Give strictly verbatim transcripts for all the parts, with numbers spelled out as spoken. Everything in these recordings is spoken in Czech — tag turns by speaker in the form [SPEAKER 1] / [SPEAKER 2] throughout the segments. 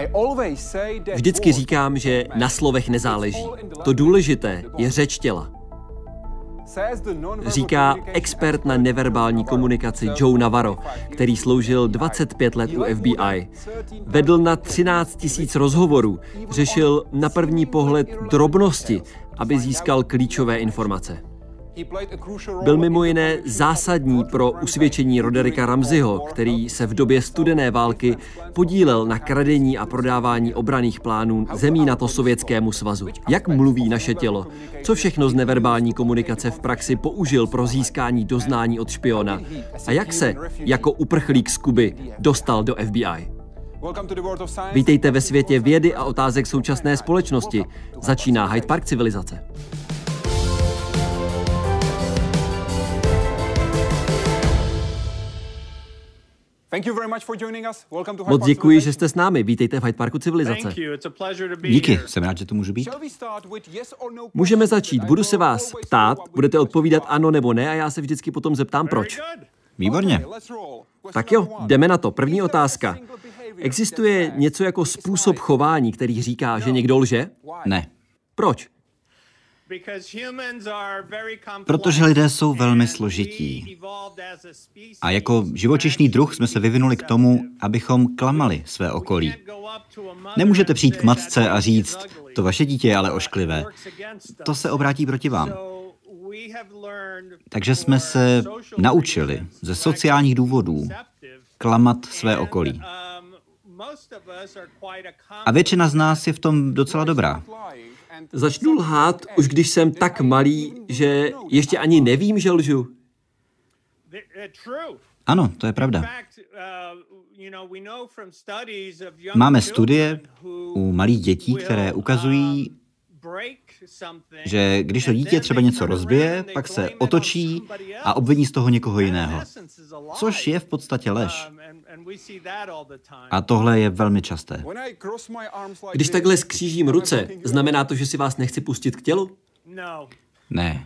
[SPEAKER 1] Vždycky říkám, že na slovech nezáleží. To důležité je řeč těla. Říká expert na neverbální komunikaci Joe Navarro, který sloužil dvacet pět let u F B I. Vedl na třináct tisíc rozhovorů, řešil na první pohled drobnosti, aby získal klíčové informace. Byl mimo jiné zásadní pro usvědčení Rodericka Ramseyho, který se v době studené války podílel na kradení a prodávání obranných plánů zemí NATO Sovětskému svazu. Jak mluví naše tělo? Co všechno z neverbální komunikace v praxi použil pro získání doznání od špiona? A jak se, jako uprchlík z Kuby, dostal do F B I? Vítejte ve světě vědy a otázek současné společnosti. Začíná Hyde Park civilizace. Moc děkuji, že jste s námi. Vítejte v Hyde Parku civilizace.
[SPEAKER 2] Díky, jsem rád, že tu můžu být.
[SPEAKER 1] Můžeme začít. Budu se vás ptát, budete odpovídat ano nebo ne a já se vždycky potom zeptám proč.
[SPEAKER 2] Výborně.
[SPEAKER 1] Tak jo, jdeme na to. První otázka. Existuje něco jako způsob chování, který říká, že někdo lže?
[SPEAKER 2] Ne.
[SPEAKER 1] Proč?
[SPEAKER 2] Protože lidé jsou velmi složití. A jako živočišný druh jsme se vyvinuli k tomu, abychom klamali své okolí. Nemůžete přijít k matce a říct, to vaše dítě je ale ošklivé. To se obrátí proti vám. Takže jsme se naučili ze sociálních důvodů klamat své okolí. A většina z nás je v tom docela dobrá.
[SPEAKER 1] Začnu lhát, už když jsem tak malý, že ještě ani nevím, že lžu.
[SPEAKER 2] Ano, to je pravda. Máme studie u malých dětí, které ukazují, že když to dítě třeba něco rozbije, pak se otočí a obviní z toho někoho jiného. Což je v podstatě lež. A tohle je velmi časté.
[SPEAKER 1] Když takhle skřížím ruce, znamená to, že si vás nechci pustit k tělu?
[SPEAKER 2] Ne.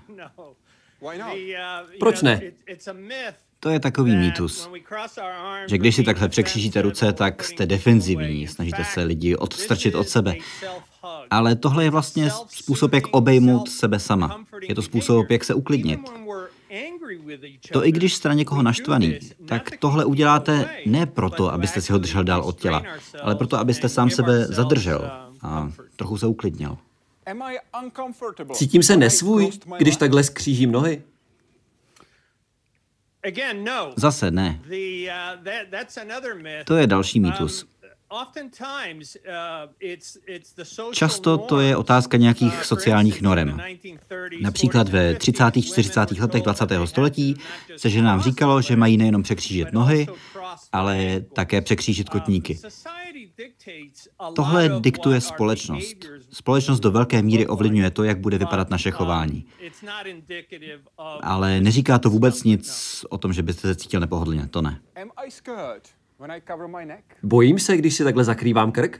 [SPEAKER 1] Proč ne?
[SPEAKER 2] To je takový mýtus, že když si takhle překřížíte ruce, tak jste defenzivní, snažíte se lidi odstrčit od sebe. Ale tohle je vlastně způsob, jak obejmout sebe sama. Je to způsob, jak se uklidnit. To i když jste na někoho naštvaný, tak tohle uděláte ne proto, abyste si ho držel dál od těla, ale proto, abyste sám sebe zadržel a trochu se uklidnil.
[SPEAKER 1] Cítím se nesvůj, když takhle skřížím nohy?
[SPEAKER 2] Zase ne. To je další mýtus. Často to je otázka nějakých sociálních norem. Například ve třicátých čtyřicátých letech dvacátého století se ženám říkalo, že mají nejenom překřížit nohy, ale také překřížit kotníky. Tohle diktuje společnost. Společnost do velké míry ovlivňuje to, jak bude vypadat naše chování. Ale neříká to vůbec nic o tom, že byste se cítil nepohodlně. To ne.
[SPEAKER 1] Bojím se, když si takhle zakrývám krk?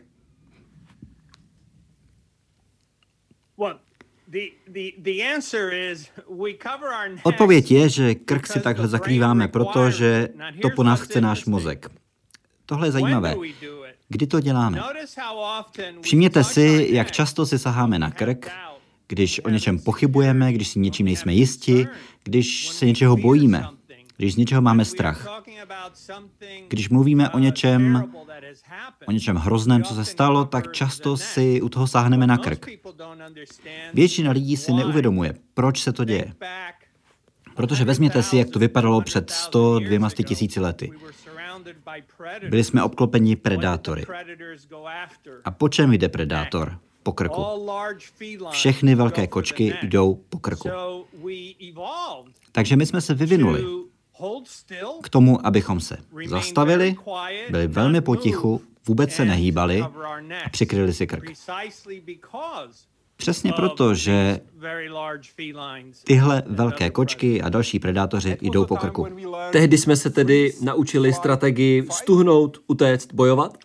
[SPEAKER 2] Odpověď je, že krk si takhle zakrýváme, protože to po nás chce náš mozek. Tohle je zajímavé. Kdy to děláme? Všimněte si, jak často si saháme na krk, když o něčem pochybujeme, když si něčím nejsme jisti, když se něčeho bojíme, když z něčeho máme strach. Když mluvíme o něčem, o něčem hrozném, co se stalo, tak často si u toho sáhneme na krk. Většina lidí si neuvědomuje, proč se to děje. Protože vezměte si, jak to vypadalo před sto, dvěma sty tisíci lety. Byli jsme obklopeni predátory. A po čem jde predátor? Po krku. Všechny velké kočky jdou po krku. Takže my jsme se vyvinuli k tomu, abychom se zastavili, byli velmi potichu, vůbec se nehýbali a přikryli si krk. Přesně proto, že tyhle velké kočky a další predátoři jdou po krku.
[SPEAKER 1] Tehdy jsme se tedy naučili strategii stuhnout, utéct, bojovat?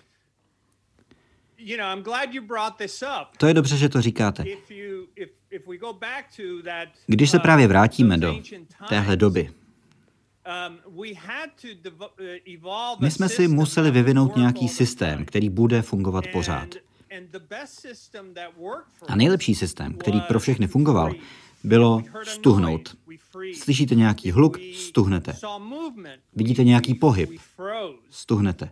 [SPEAKER 2] To je dobře, že to říkáte. Když se právě vrátíme do téhle doby, My jsme si museli vyvinout nějaký systém, který bude fungovat pořád. A nejlepší systém, který pro všechny fungoval, bylo stuhnout. Slyšíte nějaký hluk, stuhnete. Vidíte nějaký pohyb, stuhnete.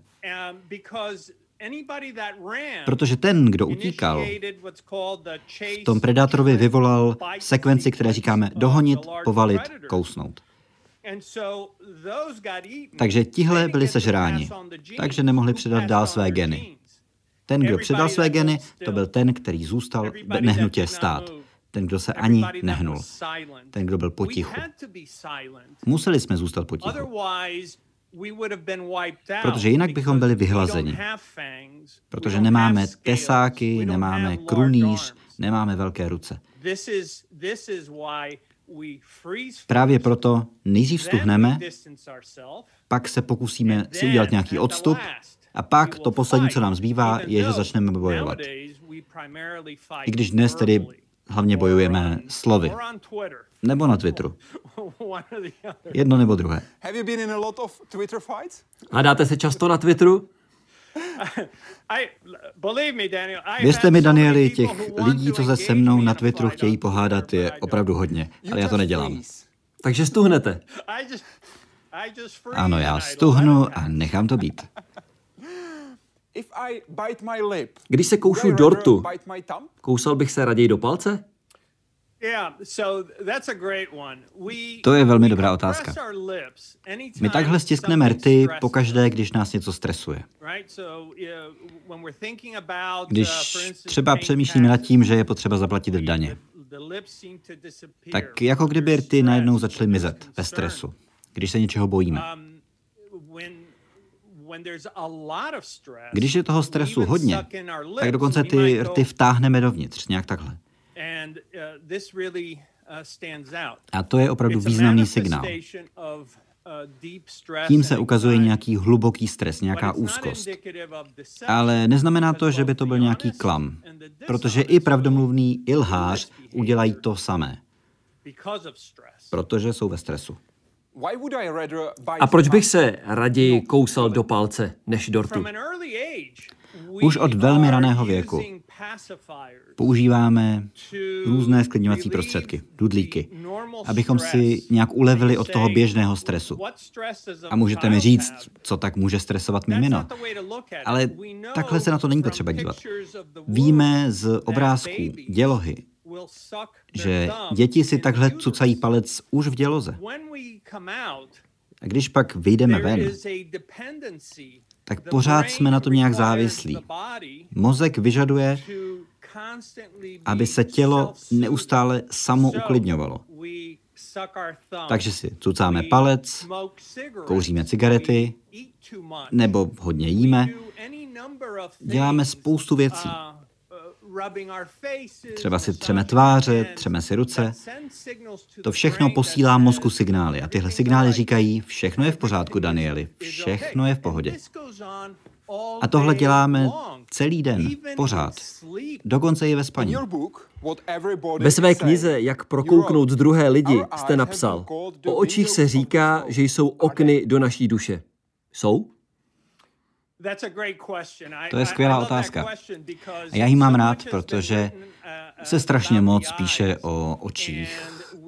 [SPEAKER 2] Protože ten, kdo utíkal, v tom predátorovi vyvolal sekvenci, které říkáme dohonit, povalit, kousnout. Takže tihle byli sežráni, takže nemohli předat dál své geny. Ten, kdo předal své geny, to byl ten, který zůstal nehnutě stát. Ten, kdo se ani nehnul. Ten, kdo byl potichu. Museli jsme zůstat potichu. Protože jinak bychom byli vyhlazeni. Protože nemáme tesáky, nemáme krunýř, nemáme velké ruce. Právě proto nejdřív stuhneme, pak se pokusíme si udělat nějaký odstup a pak to poslední, co nám zbývá, je, že začneme bojovat. I když dnes tedy hlavně bojujeme slovy. Nebo na Twitteru. Jedno nebo druhé.
[SPEAKER 1] Hádáte se často na Twitteru?
[SPEAKER 2] Věřte mi, Danieli, těch lidí, co se se mnou na Twitteru chtějí pohádat, je opravdu hodně, ale já to nedělám.
[SPEAKER 1] Takže stuhnete.
[SPEAKER 2] Ano, já stuhnu a nechám to být.
[SPEAKER 1] Když se koušu dortu, kousal bych se raději do palce?
[SPEAKER 2] To je velmi dobrá otázka. My takhle stiskneme rty pokaždé, když nás něco stresuje. Když třeba přemýšlíme nad tím, že je potřeba zaplatit daně. Tak jako kdyby rty najednou začaly mizet ve stresu, když se něčeho bojíme. Když je toho stresu hodně, tak dokonce ty rty vtáhneme dovnitř, nějak takhle. A to je opravdu významný signál. Tím se ukazuje nějaký hluboký stres, nějaká úzkost. Ale neznamená to, že by to byl nějaký klam, protože i pravdomluvný, i lhář udělají to samé, protože jsou ve stresu.
[SPEAKER 1] A proč bych se raději kousal do palce než dortu?
[SPEAKER 2] Už od velmi raného věku používáme různé sklidňovací prostředky, dudlíky, abychom si nějak ulevili od toho běžného stresu. A můžete mi říct, co tak může stresovat mimino. Ale takhle se na to není potřeba dívat. Víme z obrázků, dělohy, že děti si takhle cucají palec už v děloze. A když pak vyjdeme ven, tak pořád jsme na tom nějak závislí. Mozek vyžaduje, aby se tělo neustále samo uklidňovalo. Takže si cucáme palec, kouříme cigarety, nebo hodně jíme. Děláme spoustu věcí. Třeba si třeme tváře, třeme si ruce. To všechno posílá mozku signály. A tyhle signály říkají, všechno je v pořádku, Danieli, všechno je v pohodě. A tohle děláme celý den, pořád. Dokonce i ve spaní.
[SPEAKER 1] Ve své knize Jak prokouknout z druhé lidi jste napsal, o očích se říká, že jsou okny do naší duše. Jsou?
[SPEAKER 2] To je skvělá otázka. A já ji mám rád, protože se strašně moc píše o očích.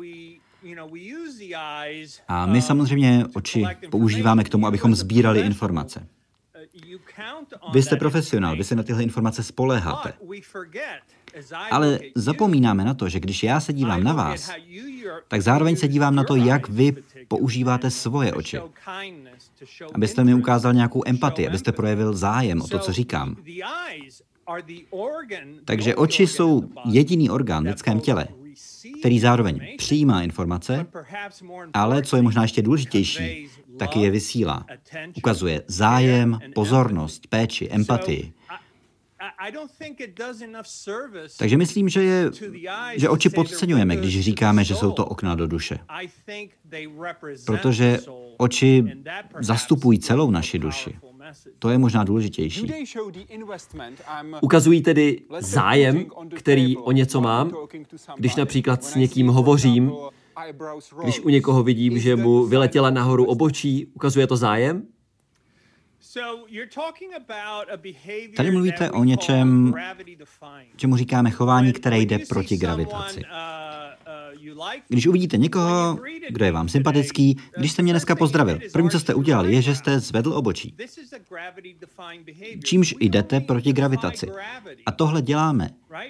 [SPEAKER 2] A my samozřejmě oči používáme k tomu, abychom sbírali informace. Vy jste profesionál, vy se na tyhle informace spoléháte. Ale zapomínáme na to, že když já se dívám na vás, tak zároveň se dívám na to, jak vy používáte svoje oči. Abyste mi ukázal nějakou empatii, abyste projevil zájem o to, co říkám. Takže oči jsou jediný orgán v lidském těle, který zároveň přijímá informace, ale, co je možná ještě důležitější, taky je vysílá. Ukazuje zájem, pozornost, péči, empatii. Takže myslím, že, je, že oči podceňujeme, když říkáme, že jsou to okna do duše. Protože oči zastupují celou naši duši. To je možná důležitější.
[SPEAKER 1] Ukazují tedy zájem, který o něco mám, když například s někým hovořím, Když u někoho vidím, že mu vyletěla nahoru obočí, ukazuje to zájem?
[SPEAKER 2] Tady mluvíte o něčem, čemu říkáme chování, které jde proti gravitaci. Když uvidíte někoho, kdo je vám sympatický, když jste mě dneska pozdravil, první, co jste udělali, je, že jste zvedl obočí. Čímž jdete proti gravitaci. A tohle děláme.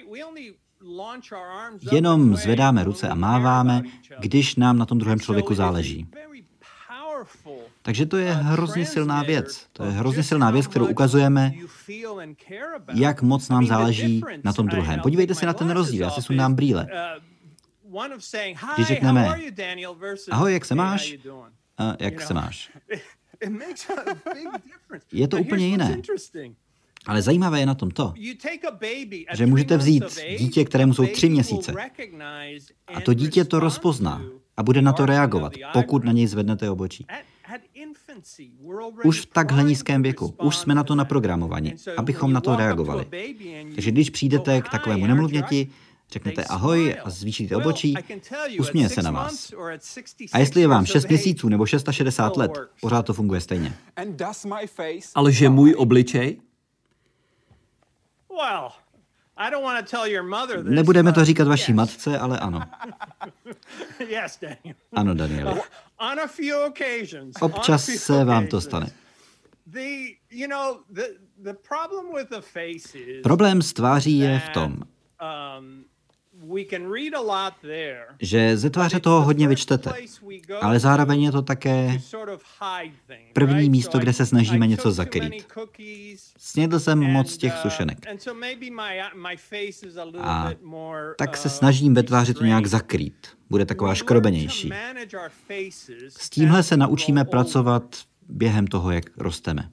[SPEAKER 2] Jenom zvedáme ruce a máváme, když nám na tom druhém člověku záleží. Takže to je hrozně silná věc. To je hrozně silná věc, kterou ukazujeme, jak moc nám záleží na tom druhém. Podívejte se na ten rozdíl, já si sundám brýle. Když řekneme, ahoj, jak se máš? A jak se máš? Je to úplně jiné. Ale zajímavé je na tom to, že můžete vzít dítě, kterému jsou tři měsíce, a to dítě to rozpozná a bude na to reagovat, pokud na něj zvednete obočí. Už v takhle nízkém věku, už jsme na to naprogramovaní, abychom na to reagovali. Takže když přijdete k takovému nemluvněti, řeknete ahoj a zvýšíte obočí, usměje se na vás. A jestli je vám šest měsíců nebo šedesát šest let, pořád to funguje stejně.
[SPEAKER 1] Ale že můj obličej?
[SPEAKER 2] Nebudeme to říkat vaší matce, ale ano. Ano, Danieli. Občas se vám to stane. Problém s tváří je v tom, že ze tváře toho hodně vyčtete, ale zároveň je to také první místo, kde se snažíme něco zakrýt. Snědl jsem moc těch sušenek. A tak se snažím ve tváři to nějak zakrýt. Bude taková škrobenější. S tímhle se naučíme pracovat během toho, jak rosteme.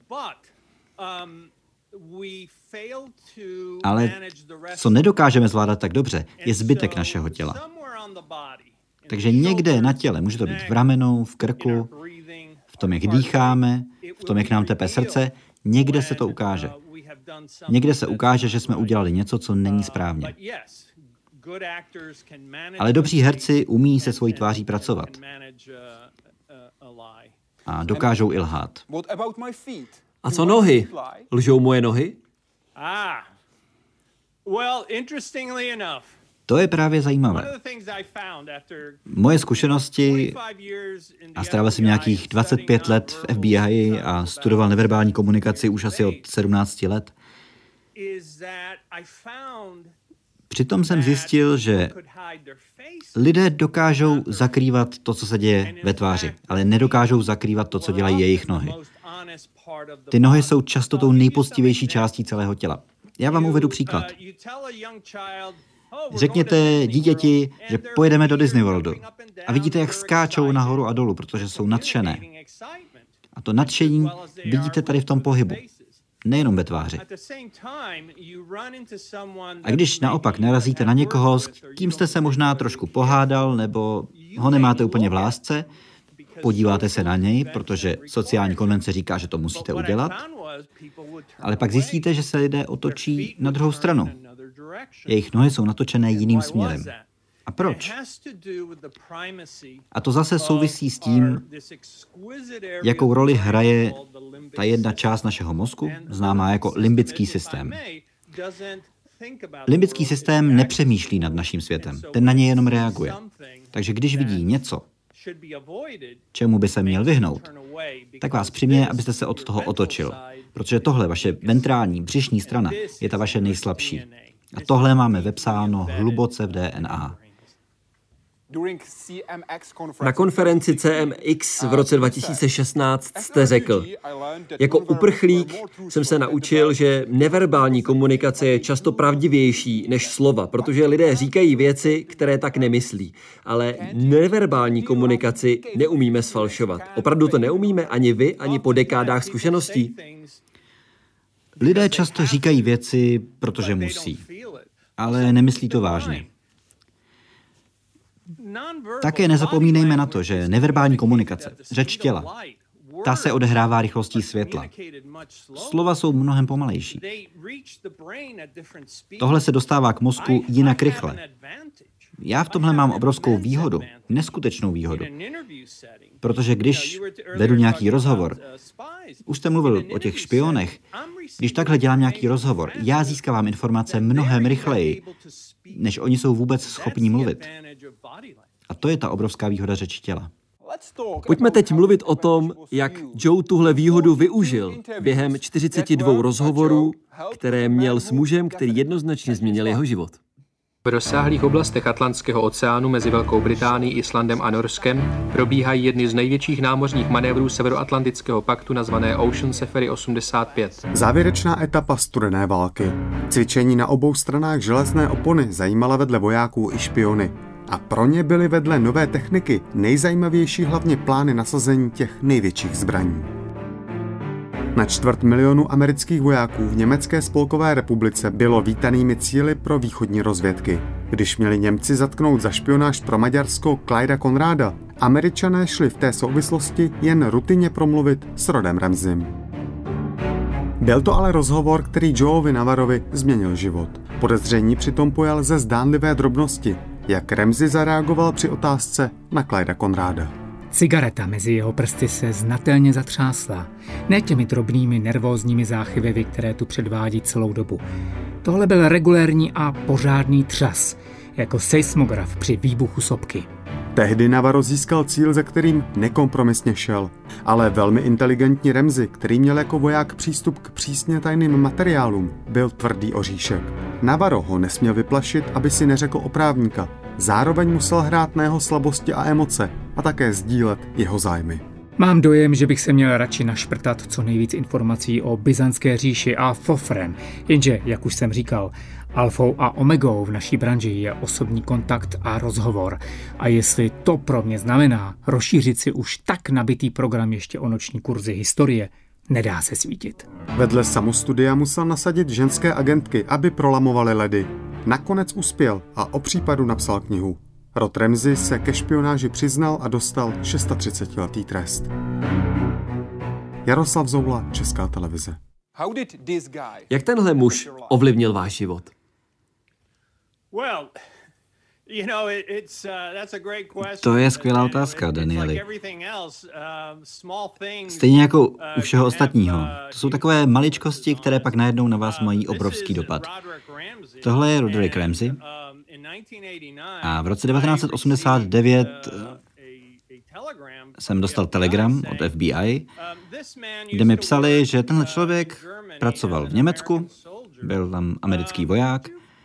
[SPEAKER 2] Ale co nedokážeme zvládat tak dobře, je zbytek našeho těla. Takže někde na těle, může to být v ramenou, v krku, v tom, jak dýcháme, v tom, jak nám tepe srdce, někde se to ukáže. Někde se ukáže, že jsme udělali něco, co není správně. Ale dobří herci umí se svojí tváří pracovat. A dokážou i lhát.
[SPEAKER 1] A co nohy? Lžou moje nohy?
[SPEAKER 2] To je právě zajímavé. Moje zkušenosti, a strávil jsem nějakých dvacet pět let v F B I a studoval neverbální komunikaci už asi od sedmnácti let, přitom jsem zjistil, že lidé dokážou zakrývat to, co se děje ve tváři, ale nedokážou zakrývat to, co dělají jejich nohy. Ty nohy jsou často tou nejpoctivější částí celého těla. Já vám uvedu příklad. Řekněte dítěti, že pojedeme do Disney Worldu a vidíte, jak skáčou nahoru a dolů, protože jsou nadšené. A to nadšení vidíte tady v tom pohybu, nejenom ve tváři. A když naopak narazíte na někoho, s kým jste se možná trošku pohádal, nebo ho nemáte úplně v lásce, podíváte se na něj, protože sociální konvence říká, že to musíte udělat, ale pak zjistíte, že se lidé otočí na druhou stranu. Jejich nohy jsou natočené jiným směrem. A proč? A to zase souvisí s tím, jakou roli hraje ta jedna část našeho mozku, známá jako limbický systém. Limbický systém nepřemýšlí nad naším světem, ten na něj jenom reaguje. Takže když vidí něco, čemu by se měl vyhnout, tak vás přiměje, abyste se od toho otočil. Protože tohle, vaše ventrální, břišní strana, je ta vaše nejslabší. A tohle máme vepsáno hluboce v D N A.
[SPEAKER 1] Na konferenci C M X v roce dva tisíce šestnáct jste řekl, jako uprchlík jsem se naučil, že neverbální komunikace je často pravdivější než slova, protože lidé říkají věci, které tak nemyslí. Ale neverbální komunikaci neumíme sfalšovat. Opravdu to neumíme ani vy, ani po dekádách zkušeností?
[SPEAKER 2] Lidé často říkají věci, protože musí, ale nemyslí to vážně. Také nezapomínejme na to, že neverbální komunikace, řeč těla, ta se odehrává rychlostí světla. Slova jsou mnohem pomalejší. Tohle se dostává k mozku jinak rychle. Já v tomhle mám obrovskou výhodu, neskutečnou výhodu. Protože když vedu nějaký rozhovor, už jste mluvil o těch špionech, když takhle dělám nějaký rozhovor, já získávám informace mnohem rychleji, než oni jsou vůbec schopni mluvit. A to je ta obrovská výhoda řeči těla.
[SPEAKER 1] Pojďme teď mluvit o tom, jak Joe tuhle výhodu využil během čtyřiceti dvou rozhovorů, které měl s mužem, který jednoznačně změnil jeho život.
[SPEAKER 3] V rozsáhlých oblastech Atlantského oceánu mezi Velkou Británií, Islandem a Norskem probíhají jedny z největších námořních manévrů Severoatlantického paktu nazvané Ocean Safari osmdesát pět.
[SPEAKER 4] Závěrečná etapa studené války. Cvičení na obou stranách železné opony zajímala vedle vojáků i špiony. A pro ně byly vedle nové techniky nejzajímavější hlavně plány nasazení těch největších zbraní. Na čtvrt milionu amerických vojáků v Německé spolkové republice bylo vítanými cíli pro východní rozvědky. Když měli Němci zatknout za špionáž pro Maďarsko Clyda Conrada, Američané šli v té souvislosti jen rutinně promluvit s Rodem Ramseym. Byl to ale rozhovor, který Joeovi Navarrovi změnil život. Podezření přitom pojal ze zdánlivé drobnosti, jak Ramsey zareagoval při otázce na Clyda Conrada.
[SPEAKER 5] Cigareta mezi jeho prsty se znatelně zatřásla. Ne těmi drobnými nervózními záchvěvy, které tu předvádí celou dobu. Tohle byl regulérní a pořádný třas, jako seismograf při výbuchu sopky.
[SPEAKER 4] Tehdy Navarro získal cíl, za kterým nekompromisně šel. Ale velmi inteligentní Ramsey, který měl jako voják přístup k přísně tajným materiálům, byl tvrdý oříšek. Navarro ho nesměl vyplašit, aby si neřekl oprávníka. Zároveň musel hrát na jeho slabosti a emoce a také sdílet jeho zájmy.
[SPEAKER 5] Mám dojem, že bych se měl radši našprtat co nejvíc informací o byzantské říši a Fofrem, jenže, jak už jsem říkal, alfou a omegou v naší branži je osobní kontakt a rozhovor. A jestli to pro mě znamená rozšířit si už tak nabitý program ještě o noční kurzy historie, nedá se svítit.
[SPEAKER 4] Vedle samostudia musel nasadit ženské agentky, aby prolamovaly ledy. Nakonec uspěl a o případu napsal knihu. Rod Ramsey se ke špionáži přiznal a dostal třicetišestiletý trest. Jaroslav Zoula, Česká televize.
[SPEAKER 1] Jak tenhle muž ovlivnil váš život?
[SPEAKER 2] To je skvělá otázka, Danieli. Stejně jako u všeho ostatního. To jsou takové maličkosti, které pak najednou na vás mají obrovský dopad. Tohle je Roderick Ramsey a v roce devatenáct set osmdesát devět jsem dostal telegram od F B I, kde mi psali, že tenhle člověk pracoval v Německu, byl tam americký voják,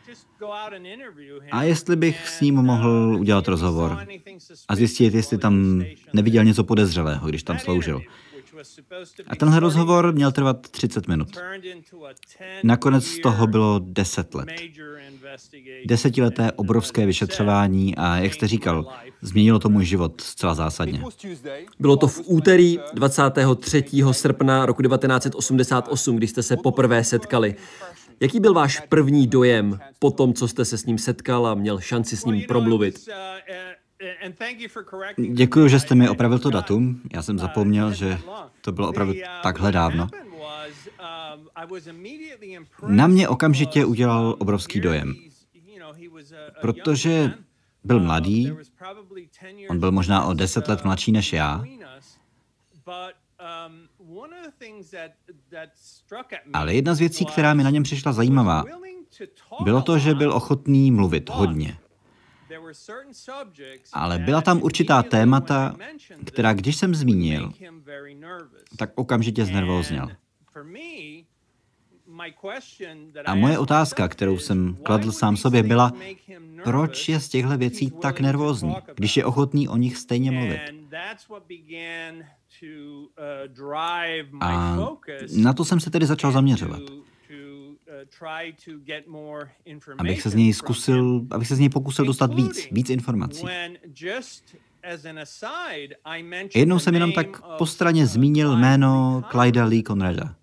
[SPEAKER 2] a jestli bych s ním mohl udělat rozhovor a zjistit, jestli tam neviděl něco podezřelého, když tam sloužil. A tenhle rozhovor měl trvat třicet minut. Nakonec z toho bylo deset let. Desetileté obrovské vyšetřování a, jak jste říkal, změnilo to můj život zcela zásadně.
[SPEAKER 1] Bylo to v úterý dvacátého třetího srpna roku devatenáct set osmdesát osm, když jste se poprvé setkali. Jaký byl váš první dojem po tom, co jste se s ním setkal a měl šanci s ním promluvit?
[SPEAKER 2] Děkuji, že jste mi opravil to datum. Já jsem zapomněl, že to bylo opravdu takhle dávno. Na mě okamžitě udělal obrovský dojem, protože byl mladý, on byl možná o deset let mladší než já, ale jedna z věcí, která mi na něm přišla zajímavá, bylo to, že byl ochotný mluvit hodně. Ale byla tam určitá témata, která když jsem zmínil, tak okamžitě znervózněl. A moje otázka, kterou jsem kladl sám sobě, byla, proč je z těchto věcí tak nervózní, když je ochotný o nich stejně mluvit. A na to jsem se tedy začal zaměřovat. Abych se z něj zkusil, abych se z něj pokusil dostat víc, víc informací. Jednou jsem jenom tak po straně zmínil jméno Clyda Lee Conrada,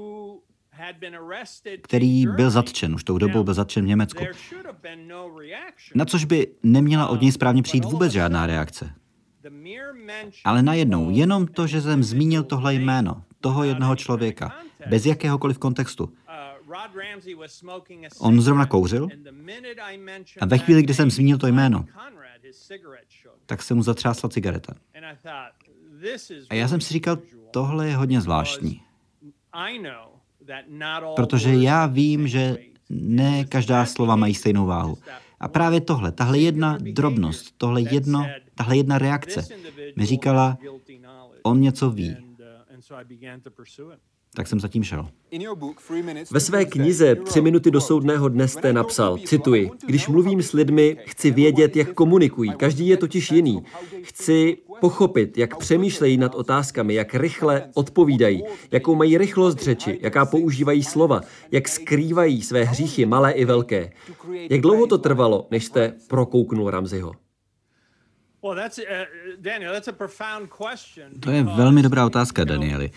[SPEAKER 2] který byl zatčen, už tou dobou byl zatčen v Německu. Na což by neměla od něj správně přijít vůbec žádná reakce. Ale najednou, jenom to, že jsem zmínil tohle jméno, toho jednoho člověka, bez jakéhokoliv kontextu, On zrovna kouřil a ve chvíli, kdy jsem zmínil to jméno, tak se mu zatřásla cigareta. A já jsem si říkal, tohle je hodně zvláštní. Protože já vím, že ne každá slova mají stejnou váhu. A právě tohle, tahle jedna drobnost, tohle jedno, tahle jedna reakce mi říkala, on něco ví. Tak jsem zatím šel.
[SPEAKER 1] Ve své knize Tři minuty do soudného dne jste napsal, cituji, když mluvím s lidmi, chci vědět, jak komunikují. Každý je totiž jiný. Chci pochopit, jak přemýšlejí nad otázkami, jak rychle odpovídají, jakou mají rychlost řeči, jaká používají slova, jak skrývají své hříchy, malé i velké. Jak dlouho to trvalo, než jste prokouknul Ramseyho?
[SPEAKER 2] To je velmi dobrá otázka, Danieli.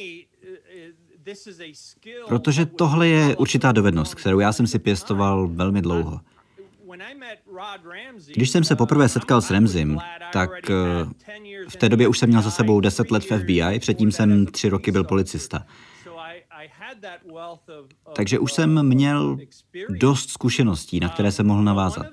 [SPEAKER 2] Protože tohle je určitá dovednost, kterou já jsem si pěstoval velmi dlouho. Když jsem se poprvé setkal s Ramseym, tak v té době už jsem měl za sebou deset let v F B I, předtím jsem tři roky byl policista. Takže už jsem měl dost zkušeností, na které jsem mohl navázat.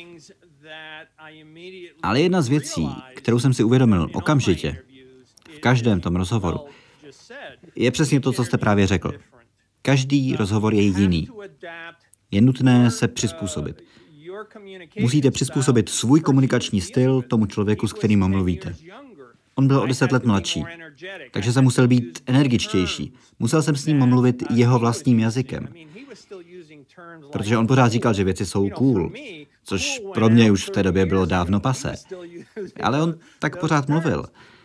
[SPEAKER 2] Ale jedna z věcí, kterou jsem si uvědomil okamžitě, v každém tom rozhovoru, je přesně to, co jste právě řekl. Každý rozhovor je jiný. Je nutné se přizpůsobit. Musíte přizpůsobit svůj komunikační styl tomu člověku, s kterým mluvíte. On byl o deset let mladší, takže jsem musel být energičtější. Musel jsem s ním mluvit jeho vlastním jazykem. Protože on pořád říkal, že věci jsou cool, což pro mě už v té době bylo dávno pasé. Ale on tak pořád mluvil.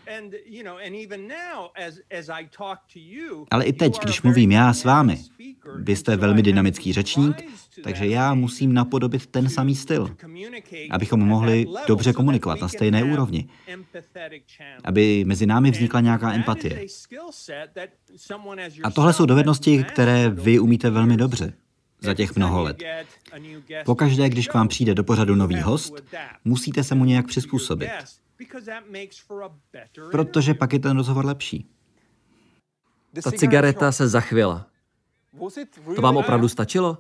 [SPEAKER 2] Ale i teď, když mluvím já s vámi, vy jste velmi dynamický řečník, takže já musím napodobit ten samý styl, abychom mohli dobře komunikovat na stejné úrovni, aby mezi námi vznikla nějaká empatie. A tohle jsou dovednosti, které vy umíte velmi dobře za těch mnoho let. Pokaždé, když k vám přijde do pořadu nový host, musíte se mu nějak přizpůsobit. Protože pak je ten rozhovor lepší.
[SPEAKER 1] Ta cigareta se zachvěla. To vám opravdu stačilo?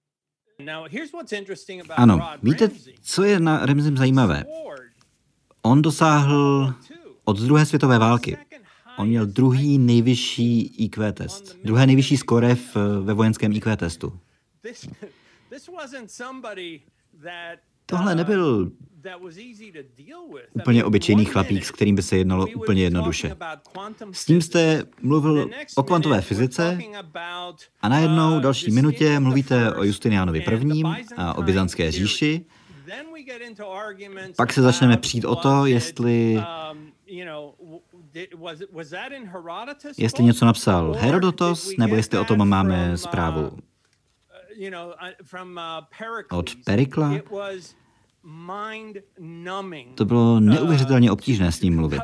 [SPEAKER 2] Ano, víte, co je na Ramseym zajímavé? On dosáhl od druhé světové války. On měl druhý nejvyšší I Q test. Druhé nejvyšší skóre ve vojenském I Q testu. Tohle nebyl úplně obyčejný chlapík, s kterým by se jednalo úplně jednoduše. S ním jste mluvil o kvantové fyzice a najednou další minutě mluvíte o Justinianovi prvním a o Byzantské říši. Pak se začneme přijít o to, jestli, jestli něco napsal Herodotos, nebo jestli o tom máme zprávu od Perikla. To bylo neuvěřitelně obtížné s ním mluvit.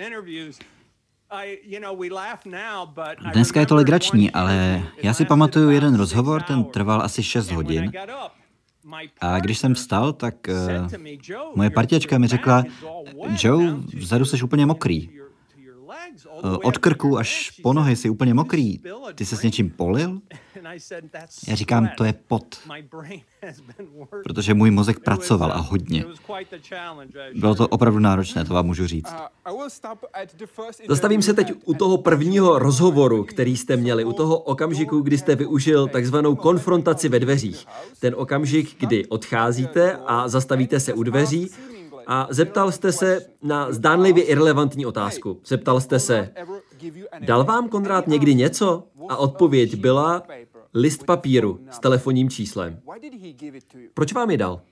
[SPEAKER 2] Dneska je to legrační, ale já si pamatuju jeden rozhovor, ten trval asi šest hodin. A když jsem vstal, tak uh, moje partiačka mi řekla, Joe, vzadu jsi úplně mokrý. Uh, od krku až po nohy jsi úplně mokrý. Ty se s něčím polil? Já říkám, to je pot. Protože můj mozek pracoval a hodně. Bylo to opravdu náročné, to vám můžu říct.
[SPEAKER 1] Zastavím se teď u toho prvního rozhovoru, který jste měli, u toho okamžiku, kdy jste využil takzvanou konfrontaci ve dveřích. Ten okamžik, kdy odcházíte a zastavíte se u dveří a zeptal jste se na zdánlivě irelevantní otázku. Zeptal jste se, dal vám Konrád někdy něco? A odpověď byla list papíru s telefonním číslem. Proč vám ji dal?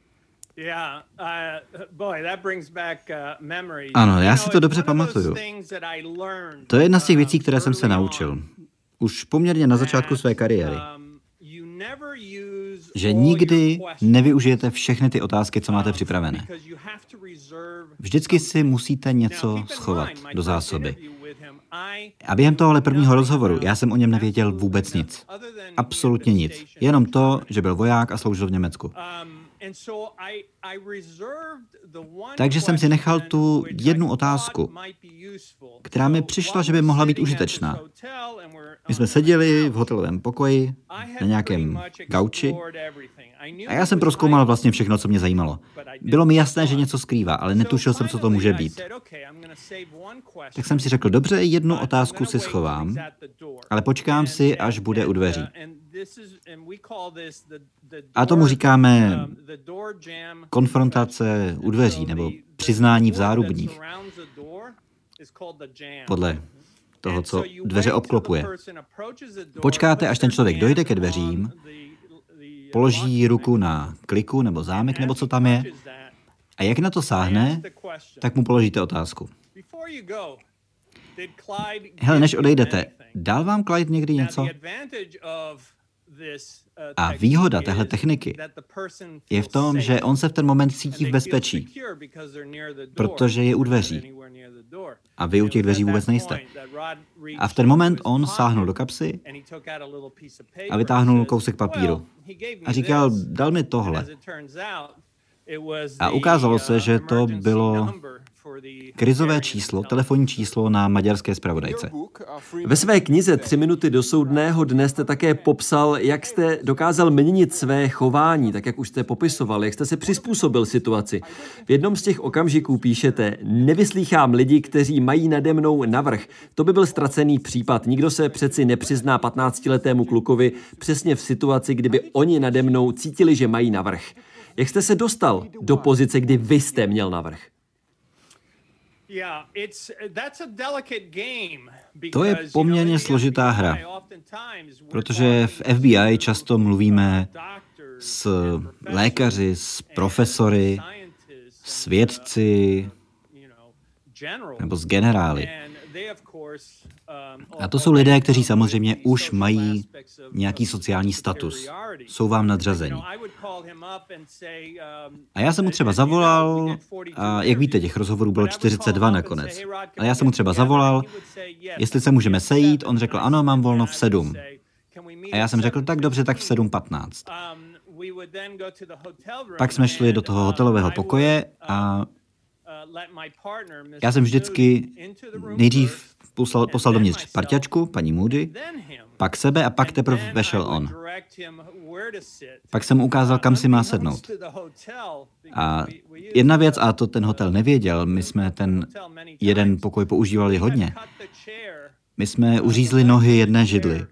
[SPEAKER 2] Ano, já si to dobře pamatuju. To je jedna z těch věcí, které jsem se naučil. Už poměrně na začátku své kariéry. Že nikdy nevyužijete všechny ty otázky, co máte připravené. Vždycky si musíte něco schovat do zásoby. A během tohohle prvního rozhovoru já jsem o něm nevěděl vůbec nic. Absolutně nic. Jenom to, že byl voják a sloužil v Německu. Takže jsem si nechal tu jednu otázku, která mi přišla, že by mohla být užitečná. My jsme seděli v hotelovém pokoji na nějakém gauči a já jsem prozkoumal vlastně všechno, co mě zajímalo. Bylo mi jasné, že něco skrývá, ale netušil jsem, co to může být. Tak jsem si řekl, dobře, jednu otázku si schovám, ale počkám si, až bude u dveří. A tomu říkáme konfrontace u dveří, nebo přiznání v zárubních. Podle toho, co dveře obklopuje. Počkáte, až ten člověk dojde ke dveřím, položí ruku na kliku nebo zámek, nebo co tam je, a jak na to sáhne, tak mu položíte otázku. Hele, než odejdete, dal vám Clyde někdy něco? A výhoda téhle techniky je v tom, že on se v ten moment cítí v bezpečí, protože je u dveří. A vy u těch dveří vůbec nejste. A v ten moment on sáhnul do kapsy a vytáhnul kousek papíru. A říkal, dal mi tohle. A ukázalo se, že to bylo krizové číslo, telefonní číslo na maďarské zpravodajce.
[SPEAKER 1] Ve své knize Tři minuty do soudného dne jste také popsal, jak jste dokázal měnit své chování, tak jak už jste popisoval, jak jste se přizpůsobil situaci. V jednom z těch okamžiků píšete, nevyslýchám lidi, kteří mají nade mnou navrch. To by byl ztracený případ. Nikdo se přeci nepřizná patnáctiletému klukovi přesně v situaci, kdyby oni nade mnou cítili, že mají navrch. Jak jste se dostal do pozice, kdy vy jste měl navrch?
[SPEAKER 2] To je poměrně složitá hra, protože v F B I často mluvíme s lékaři, s profesory, s vědci nebo s generály. A to jsou lidé, kteří samozřejmě už mají nějaký sociální status. Jsou vám nadřazení. A já jsem mu třeba zavolal, a jak víte, těch rozhovorů bylo čtyřicet dva nakonec. Ale já jsem mu třeba zavolal, jestli se můžeme sejít, on řekl, ano, mám volno v sedm. A já jsem řekl, tak dobře, tak v sedm patnáct. Pak jsme šli do toho hotelového pokoje a já jsem vždycky nejdřív poslal, poslal dovnitř parťačku, paní Moody, pak sebe a pak teprve vešel on. Pak jsem mu ukázal, kam si má sednout. A jedna věc, a to ten hotel nevěděl, my jsme ten jeden pokoj používali hodně. My jsme uřízli nohy jedné židli.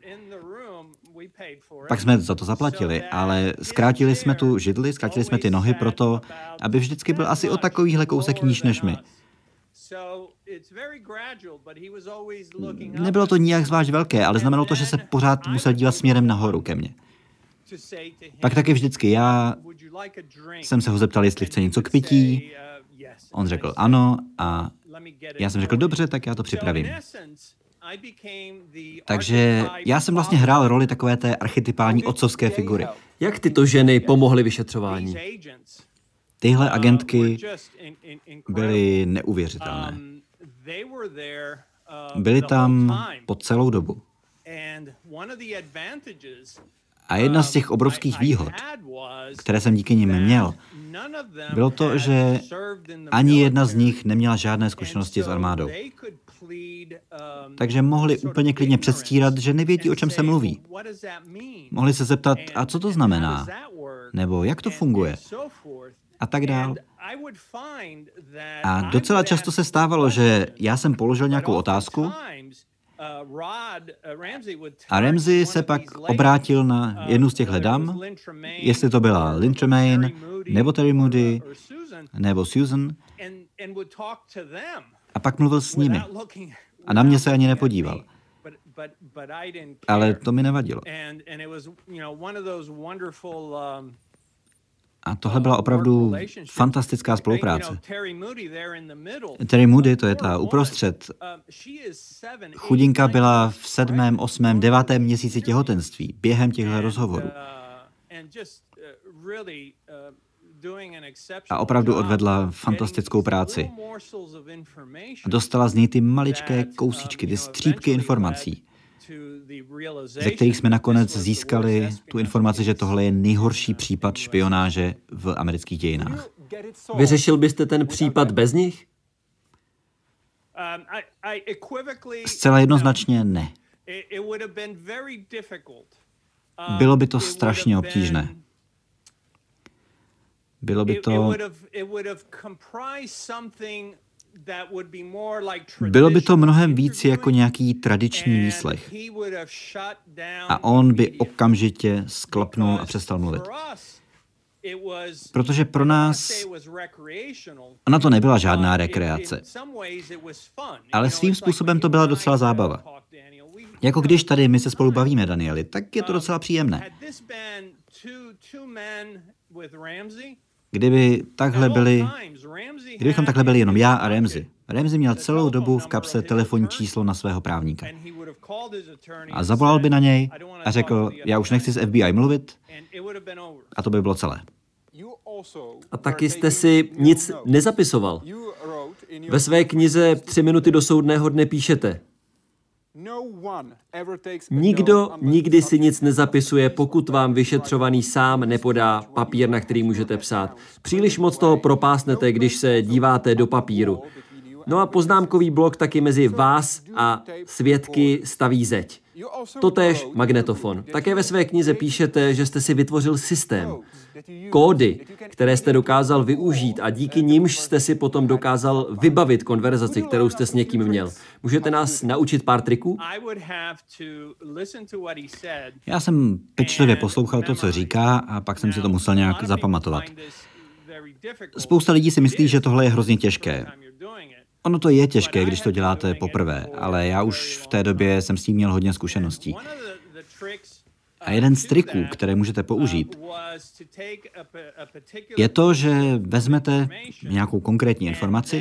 [SPEAKER 2] Pak jsme za to zaplatili, ale zkrátili jsme tu židli, zkrátili jsme ty nohy proto, aby vždycky byl asi o takovýhle kousek níž než my. Nebylo to nijak zvlášť velké, ale znamenalo to, že se pořád musel dívat směrem nahoru ke mně. Pak taky vždycky já jsem se ho zeptal, jestli chce něco k pití. On řekl ano a já jsem řekl dobře, tak já to připravím. Takže já jsem vlastně hrál roli takové té archetypální otcovské figury.
[SPEAKER 1] Jak tyto ženy pomohly vyšetřování?
[SPEAKER 2] Tyhle agentky byly neuvěřitelné. Byly tam po celou dobu. A jedna z těch obrovských výhod, které jsem díky nim měl, bylo to, že ani jedna z nich neměla žádné zkušenosti s armádou. Takže mohli úplně klidně předstírat, že nevědí, o čem se mluví. Mohli se zeptat, a co to znamená? Nebo jak to funguje? A tak dál. A docela často se stávalo, že já jsem položil nějakou otázku a Ramsey se pak obrátil na jednu z těchhle dam, jestli to byla Lynn Tremaine, nebo Terry Moody, nebo Susan, a pak mluvil s nimi. A na mě se ani nepodíval. Ale to mi nevadilo. A tohle byla opravdu fantastická spolupráce. Terry Moody, to je ta uprostřed. Chudinka byla v sedmém, osmém, devátém měsíci těhotenství během těchto rozhovorů. A opravdu odvedla fantastickou práci. A dostala z něj ty maličké kousíčky, ty střípky informací, ze kterých jsme nakonec získali tu informaci, že tohle je nejhorší případ špionáže v amerických dějinách.
[SPEAKER 1] Vyřešil byste ten případ bez nich?
[SPEAKER 2] Zcela jednoznačně ne. Bylo by to strašně obtížné. Bylo by to... Bylo by to mnohem víc jako nějaký tradiční výslech. A on by okamžitě sklapnul a přestal mluvit. Protože pro nás ona to nebyla žádná rekreace. Ale svým způsobem to byla docela zábava. Jako když tady my se spolu bavíme, Danieli, tak je to docela příjemné. Kdyby takhle byli, kdybychom takhle byli jenom já a Ramsey. Ramsey měl celou dobu v kapse telefonní číslo na svého právníka. A zavolal by na něj a řekl, já už nechci s F B I mluvit, a to by bylo celé.
[SPEAKER 1] A taky jste si nic nezapisoval. Ve své knize Tři minuty do soudného dne píšete: Nikdo nikdy si nic nezapisuje, pokud vám vyšetřovaný sám nepodá papír, na který můžete psát. Příliš moc toho propásnete, když se díváte do papíru. No a poznámkový blok taky mezi vás a svědky staví zeď. Totéž magnetofon. Také ve své knize píšete, že jste si vytvořil systém. Kódy, které jste dokázal využít a díky nimž jste si potom dokázal vybavit konverzaci, kterou jste s někým měl. Můžete nás naučit pár triků?
[SPEAKER 2] Já jsem pečlivě poslouchal to, co říká, a pak jsem si to musel nějak zapamatovat. Spousta lidí si myslí, že tohle je hrozně těžké. Ono to je těžké, když to děláte poprvé, ale já už v té době jsem s tím měl hodně zkušeností. A jeden z triků, které můžete použít, je to, že vezmete nějakou konkrétní informaci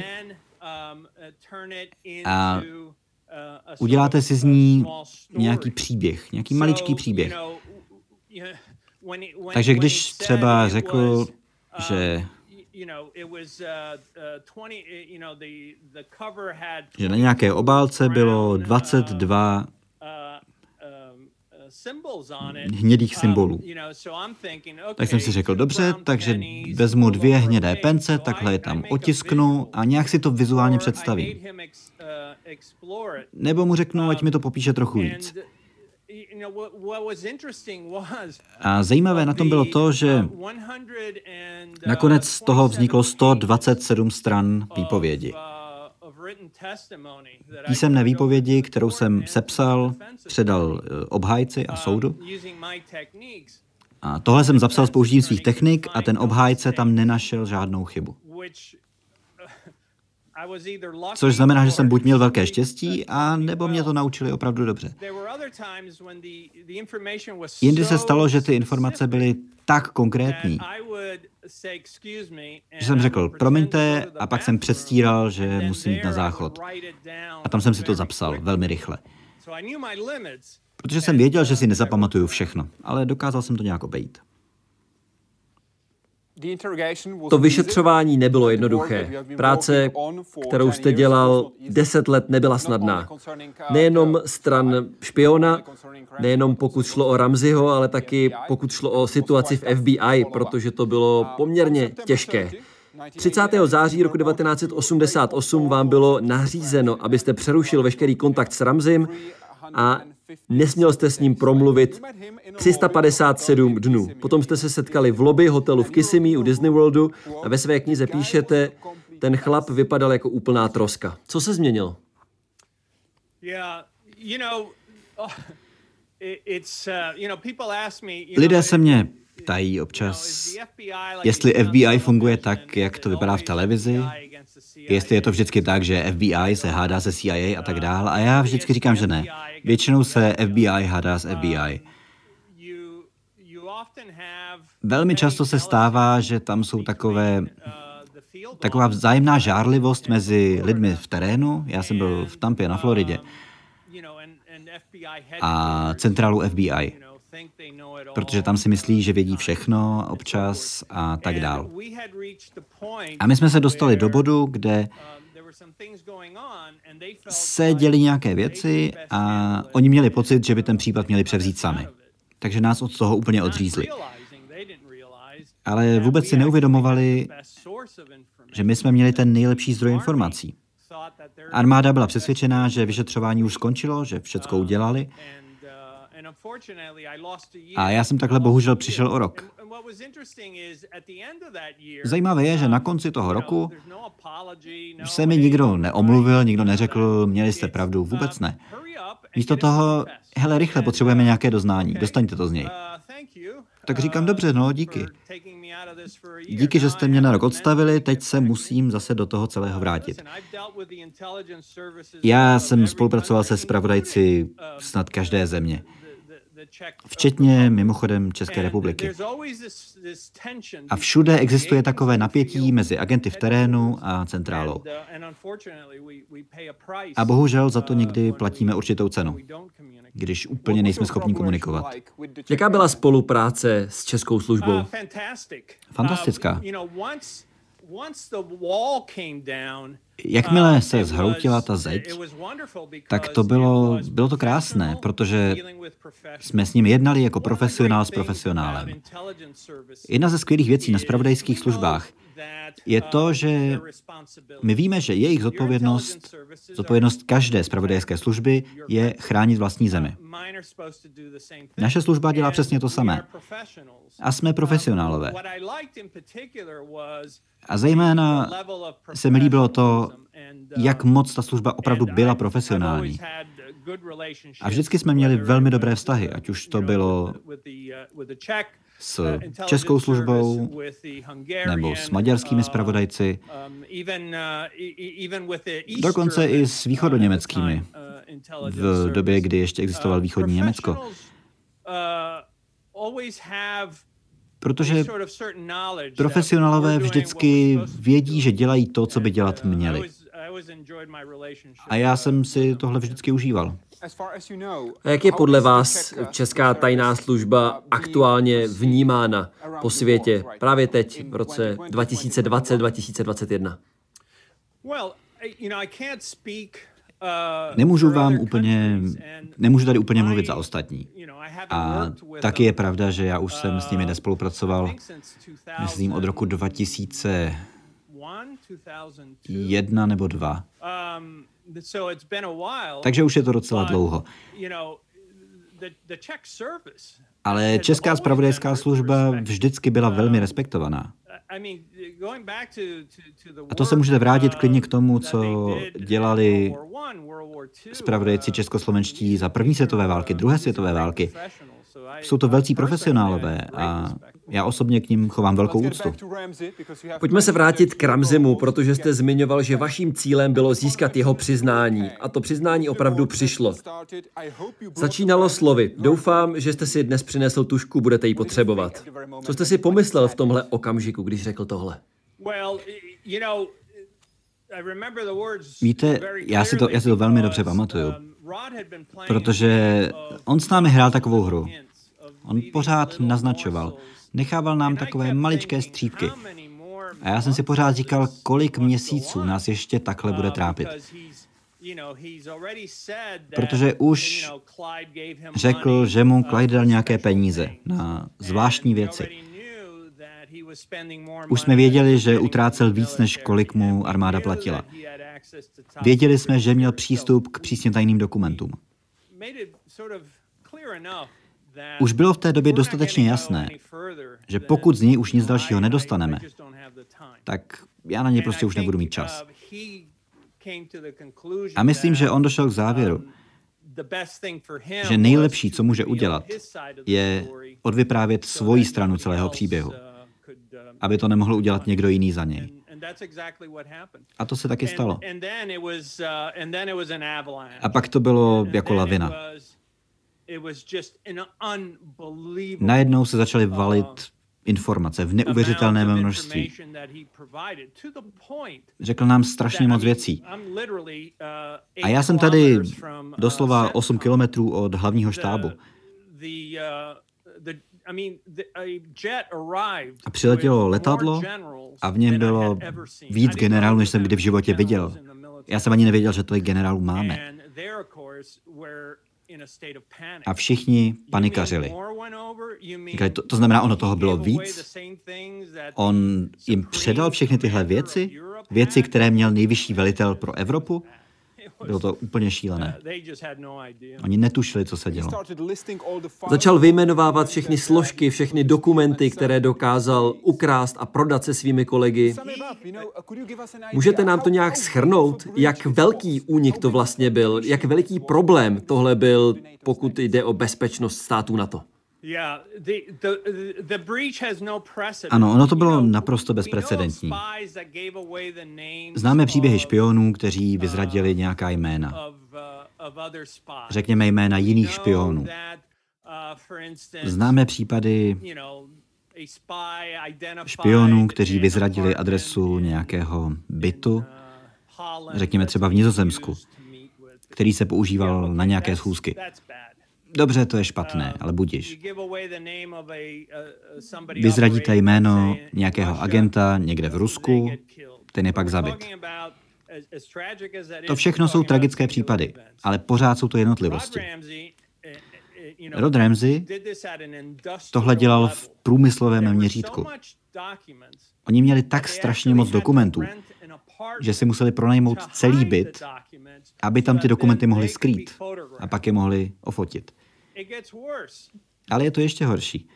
[SPEAKER 2] a uděláte si z ní nějaký příběh, nějaký maličký příběh. Takže když třeba řekl, že že na nějaké obálce bylo dvacet dva hnědých symbolů. Tak jsem si řekl, dobře, takže vezmu dvě hnědé pence, takhle je tam otisknu a nějak si to vizuálně představím. Nebo mu řeknu, ať mi to popíše trochu víc. A zajímavé na tom bylo to, že nakonec z toho vzniklo sto dvacet sedm stran výpovědi. Písemné výpovědi, kterou jsem sepsal, předal obhájci a soudu. A tohle jsem zapsal s použitím svých technik a ten obhájce tam nenašel žádnou chybu. Což znamená, že jsem buď měl velké štěstí, a nebo mě to naučili opravdu dobře. Jindy se stalo, že ty informace byly tak konkrétní, že jsem řekl, promiňte, a pak jsem předstíral, že musím jít na záchod. A tam jsem si to zapsal velmi rychle. Protože jsem věděl, že si nezapamatuju všechno, ale dokázal jsem to nějak obejít.
[SPEAKER 1] To vyšetřování nebylo jednoduché. Práce, kterou jste dělal deset let, nebyla snadná. Nejenom stran špiona, nejenom pokud šlo o Ramseyho, ale taky pokud šlo o situaci v F B I, protože to bylo poměrně těžké. třicátého září roku devatenáct set osmdesát osm vám bylo nařízeno, abyste přerušil veškerý kontakt s Ramseym a nesměl jste s ním promluvit tři sta padesát sedm dnů. Potom jste se setkali v lobby hotelu v Kissimmee u Disney Worldu a ve své knize píšete, ten chlap vypadal jako úplná troska. Co se změnilo?
[SPEAKER 2] Lidé se mě ptají občas, jestli F B I funguje tak, jak to vypadá v televizi, jestli je to vždycky tak, že F B I se hádá se C I A a tak dál. A já vždycky říkám, že ne. Většinou se F B I hádá s F B I. Velmi často se stává, že tam jsou takové, taková vzájemná žárlivost mezi lidmi v terénu. Já jsem byl v Tampě na Floridě a centrálu F B I, protože tam si myslí, že vědí všechno občas a tak dál. A my jsme se dostali do bodu, kde se děly nějaké věci a oni měli pocit, že by ten případ měli převzít sami. Takže nás od toho úplně odřízli. Ale vůbec si neuvědomovali, že my jsme měli ten nejlepší zdroj informací. Armáda byla přesvědčená, že vyšetřování už skončilo, že všecko udělali. A já jsem takhle bohužel přišel o rok. Zajímavé je, že na konci toho roku se mi nikdo neomluvil, nikdo neřekl, měli jste pravdu, vůbec ne. Místo toho, hele, rychle, potřebujeme nějaké doznání, dostaňte to z něj. Tak říkám, dobře, no, díky. Díky, že jste mě na rok odstavili, teď se musím zase do toho celého vrátit. Já jsem spolupracoval se zpravodajci snad každé země. Včetně mimochodem České republiky. A všude existuje takové napětí mezi agenty v terénu a centrálou. A bohužel za to někdy platíme určitou cenu, když úplně nejsme schopni komunikovat.
[SPEAKER 1] Jaká byla spolupráce s českou službou?
[SPEAKER 2] Fantastická. Jakmile se zhroutila ta zeď, tak to bylo, bylo to krásné, protože jsme s ním jednali jako profesionál s profesionálem. Jedna ze skvělých věcí na zpravodajských službách je to, že my víme, že jejich zodpovědnost, zodpovědnost každé zpravodajské služby je chránit vlastní zemi. Naše služba dělá přesně to samé. A jsme profesionálové. A zejména se mi líbilo to, jak moc ta služba opravdu byla profesionální. A vždycky jsme měli velmi dobré vztahy, ať už to bylo s českou službou nebo s maďarskými zpravodajci, dokonce i s východoněmeckými v době, kdy ještě existoval východní Německo. Protože profesionálové vždycky vědí, že dělají to, co by dělat měli. A já jsem si tohle vždycky užíval.
[SPEAKER 1] A jak je podle vás česká tajná služba aktuálně vnímána po světě právě teď, v roce dva tisíce dvacet dva tisíce dvacet jedna?
[SPEAKER 2] Nemůžu vám úplně, nemůžu tady úplně mluvit za ostatní. A taky je pravda, že já už jsem s nimi nespolupracoval, myslím, od roku dva tisíce jedna nebo dva. Takže už je to docela dlouho. Ale česká zpravodajská služba vždycky byla velmi respektovaná. A to se můžete vrátit klidně k tomu, co dělali zpravodajci českoslovenští za první světové války, druhé světové války. Jsou to velcí profesionálové a já osobně k nim chovám velkou úctu.
[SPEAKER 1] Pojďme se vrátit k Ramzimu, protože jste zmiňoval, že vaším cílem bylo získat jeho přiznání. A to přiznání opravdu přišlo. Začínalo slovy. Doufám, že jste si dnes přinesl tužku, budete ji potřebovat. Co jste si pomyslel v tomhle okamžiku, když řekl tohle?
[SPEAKER 2] Víte, já si to, já si to velmi dobře pamatuju, protože on s námi hrál takovou hru. On pořád naznačoval. Nechával nám takové maličké střípky. A já jsem si pořád říkal, kolik měsíců nás ještě takhle bude trápit. Protože už řekl, že mu Clyde dal nějaké peníze na zvláštní věci. Už jsme věděli, že utrácel víc, než kolik mu armáda platila. Věděli jsme, že měl přístup k přísně tajným dokumentům. Už bylo v té době dostatečně jasné, že pokud z něj už nic dalšího nedostaneme, tak já na něj prostě už nebudu mít čas. A myslím, že on došel k závěru, že nejlepší, co může udělat, je odvyprávět svoji stranu celého příběhu, aby to nemohl udělat někdo jiný za něj. A to se taky stalo. A pak to bylo jako lavina. Najednou se začaly valit informace v neuvěřitelném množství. Řekl nám strašně moc věcí. A já jsem tady doslova osm kilometrů od hlavního štábu. A přiletělo letadlo a v něm bylo víc generálů, než jsem kdy v životě viděl. Já jsem ani nevěděl, že tolik generálů máme. A všichni panikařili. Říkali, to, to znamená, ono toho bylo víc? On jim předal všechny tyhle věci? Věci, které měl nejvyšší velitel pro Evropu? Bylo to úplně šílené. Oni netušili, co se dělo.
[SPEAKER 1] Začal vyjmenovávat všechny složky, všechny dokumenty, které dokázal ukrást a prodat se svými kolegy. Můžete nám to nějak shrnout, jak velký únik to vlastně byl, jak veliký problém tohle byl, pokud jde o bezpečnost států NATO?
[SPEAKER 2] Ano, ono to bylo naprosto bezprecedentní. Známe příběhy špionů, kteří vyzradili nějaká jména. Řekněme jména jiných špionů. Známe případy špionů, kteří vyzradili adresu nějakého bytu, řekněme třeba v Nizozemsku, který se používal na nějaké schůzky. Dobře, to je špatné, ale budiž. Vyzradíte jméno nějakého agenta někde v Rusku, ten je pak zabit. To všechno jsou tragické případy, ale pořád jsou to jednotlivosti. Rod Ramsey tohle dělal v průmyslovém měřítku. Oni měli tak strašně moc dokumentů, že si museli pronajmout celý byt, aby tam ty dokumenty mohli skrýt a pak je mohli ofotit. Ale je to ještě horší.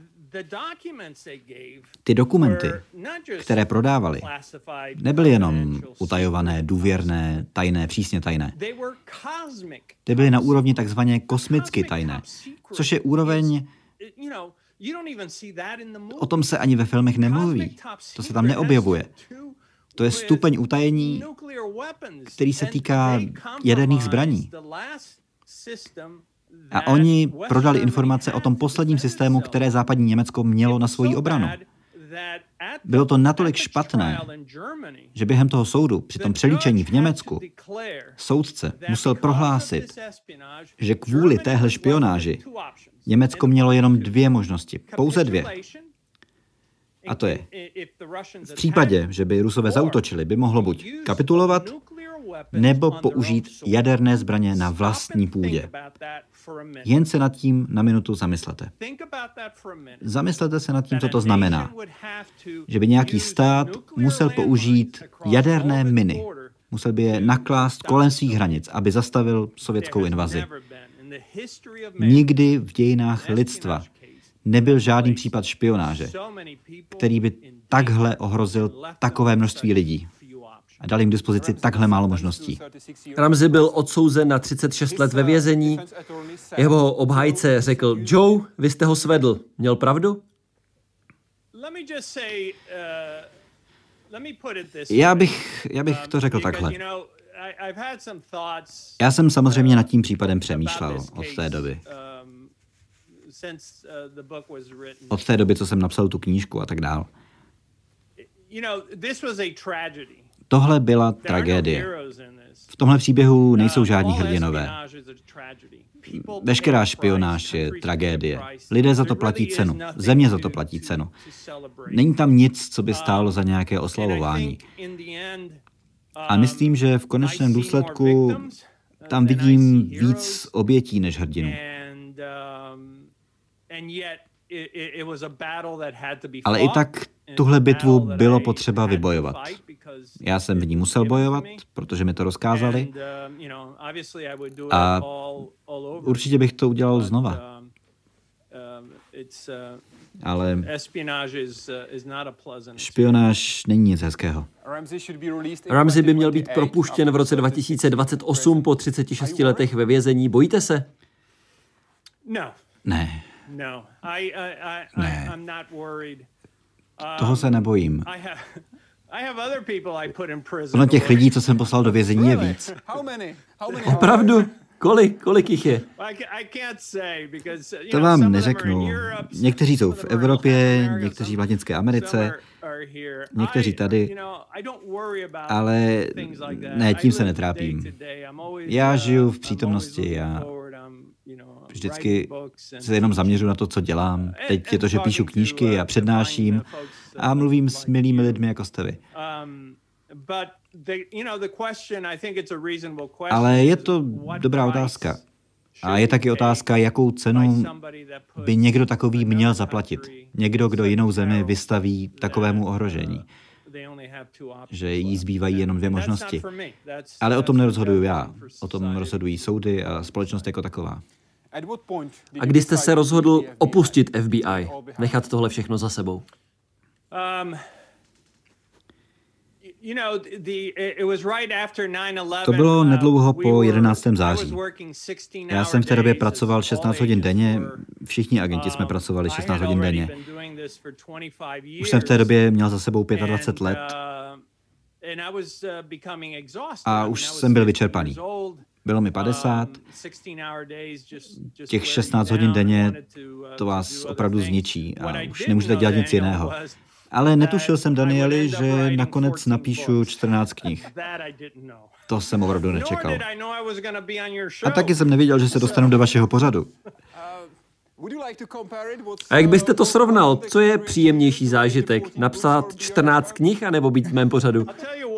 [SPEAKER 2] Ty dokumenty, které prodávali, nebyly jenom utajované, důvěrné, tajné, přísně tajné. Ty byly na úrovni takzvaně kosmicky tajné, což je úroveň, o tom se ani ve filmech nemluví. To se tam neobjevuje. To je stupeň utajení, který se týká jaderných zbraní. A oni prodali informace o tom posledním systému, které západní Německo mělo na svoji obranu. Bylo to natolik špatné, že během toho soudu, při tom přelíčení v Německu, soudce musel prohlásit, že kvůli téhle špionáži Německo mělo jenom dvě možnosti. Pouze dvě. A to je, v případě, že by Rusové zaútočili, by mohlo buď kapitulovat, nebo použít jaderné zbraně na vlastní půdě. Jen se nad tím na minutu zamyslete. Zamyslete se nad tím, co to znamená. Že by nějaký stát musel použít jaderné miny. Musel by je naklást kolem svých hranic, aby zastavil sovětskou invazi. Nikdy v dějinách lidstva nebyl žádný případ špionáže, který by takhle ohrozil takové množství lidí a dal jim k dispozici takhle málo možností.
[SPEAKER 1] Ramsey byl odsouzen na třicet šest let ve vězení. Jeho obhájce řekl, Joe, vy jste ho svedl. Měl pravdu?
[SPEAKER 2] Já bych, já bych to řekl takhle. Já jsem samozřejmě nad tím případem přemýšlel od té doby. Od té doby, co jsem napsal tu knížku a tak dál. Tohle byla tragédie. V tomhle příběhu nejsou žádní hrdinové. Veškerá špionáž je tragédie. Lidé za to platí cenu. Země za to platí cenu. Není tam nic, co by stálo za nějaké oslavování. A myslím, že v konečném důsledku tam vidím víc obětí než hrdinů. Ale i tak tuhle bitvu bylo potřeba vybojovat. Já jsem v ní musel bojovat, protože mi to rozkázali. A určitě bych to udělal znova. Ale špionáž není nic hezkého.
[SPEAKER 1] Ramsey by měl být propuštěn v roce dva tisíce dvacet osm po třiceti šesti letech ve vězení. Bojíte se?
[SPEAKER 2] Ne. Ne. Toho se nebojím. Ono těch lidí, co jsem poslal do vězení, je víc.
[SPEAKER 1] Opravdu? Kolik? Kolik jich je?
[SPEAKER 2] To vám neřeknu. Někteří jsou v Evropě, někteří v Latinské Americe, někteří tady, ale ne, tím se netrápím. Já žiju v přítomnosti, já vždycky se jenom zaměřuji na to, co dělám. Teď je to, že píšu knížky a přednáším a mluvím s milými lidmi, jako jste vy. Ale je to dobrá otázka. A je taky otázka, jakou cenu by někdo takový měl zaplatit. Někdo, kdo jinou zemi vystaví takovému ohrožení. Že jí zbývají jenom dvě možnosti. Ale o tom nerozhoduju já. O tom rozhodují soudy a společnost jako taková.
[SPEAKER 1] A kdy jste se rozhodl opustit F B I, nechat tohle všechno za sebou?
[SPEAKER 2] To bylo nedlouho po jedenáctého září. Já jsem v té době pracoval šestnáct hodin denně, všichni agenti jsme pracovali šestnáct hodin denně. Už jsem v té době měl za sebou dvacet pět let a už jsem byl vyčerpaný. Bylo mi padesát, těch šestnáct hodin denně to vás opravdu zničí a už nemůžete dělat nic jiného. Ale netušil jsem, Danieli, že nakonec napíšu čtrnáct knih. To jsem opravdu nečekal. A taky jsem nevěděl, že se dostanu do vašeho pořadu.
[SPEAKER 1] A jak byste to srovnal? Co je příjemnější zážitek? Napsat čtrnáct knih anebo být v mém pořadu?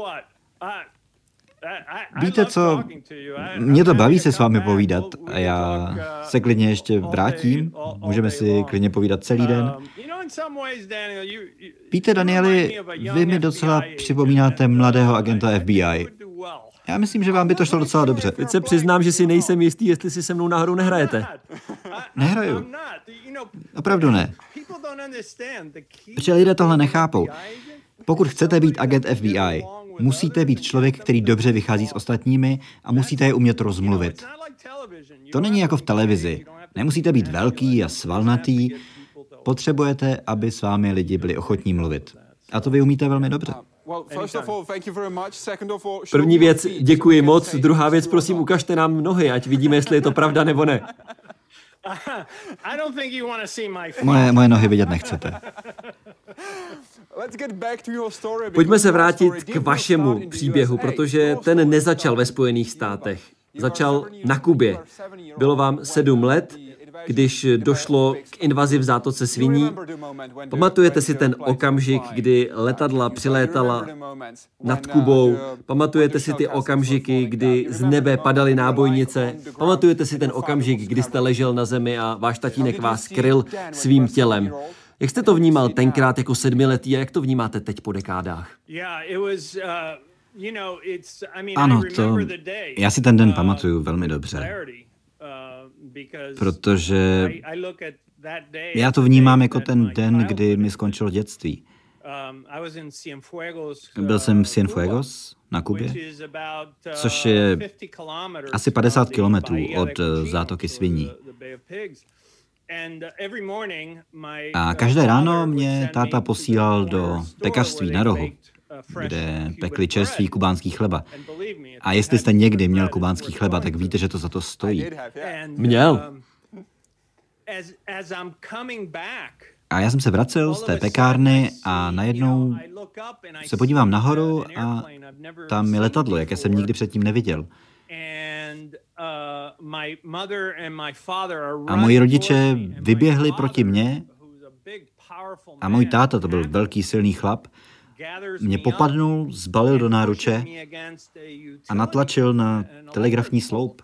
[SPEAKER 2] Víte co, mě to baví se s vámi povídat a já se klidně ještě vrátím. Můžeme si klidně povídat celý den. Víte, Danieli, vy mi docela připomínáte mladého agenta F B I. Já myslím, že vám by to šlo docela dobře.
[SPEAKER 1] Teď se přiznám, že si nejsem jistý, jestli si se mnou náhodou nehrajete.
[SPEAKER 2] Nehraju. Opravdu ne. Protože lidé tohle nechápou. Pokud chcete být agent F B I, musíte být člověk, který dobře vychází s ostatními a musíte je umět rozmluvit. To není jako v televizi. Nemusíte být velký a svalnatý. Potřebujete, aby s vámi lidi byli ochotní mluvit. A to vy umíte velmi dobře.
[SPEAKER 1] První věc, děkuji moc. Druhá věc, prosím, ukažte nám nohy, ať vidíme, jestli je to pravda nebo ne.
[SPEAKER 2] Moje, moje nohy vidět nechcete.
[SPEAKER 1] Pojďme se vrátit k vašemu příběhu, protože ten nezačal ve Spojených státech. Začal na Kubě. Bylo vám sedm let, když došlo k invazi v zátoce Sviní. Pamatujete si ten okamžik, kdy letadla přilétala nad Kubou? Pamatujete si ty okamžiky, kdy z nebe padaly nábojnice? Pamatujete si ten okamžik, kdy jste ležel na zemi a váš tatínek vás kryl svým tělem? Jak jste to vnímal tenkrát jako sedmiletý a jak to vnímáte teď po dekádách?
[SPEAKER 2] Ano, to... Já si ten den pamatuju velmi dobře. Protože já to vnímám jako ten den, kdy mi skončilo dětství. Byl jsem v Cienfuegos na Kubě, což je asi padesát kilometrů od zátoky Sviní. A každé ráno mě táta posílal do pekařství na rohu, kde pekli čerstvý kubánský chleba. A jestli jste někdy měl kubánský chleba, tak víte, že to za to stojí.
[SPEAKER 1] Měl.
[SPEAKER 2] A já jsem se vracel z té pekárny a najednou se podívám nahoru a tam je letadlo, jaké jsem nikdy předtím neviděl. A moji rodiče vyběhli proti mně a můj táta, to byl velký silný chlap, mě popadnul, zbalil do náruče a natlačil na telegrafní sloup.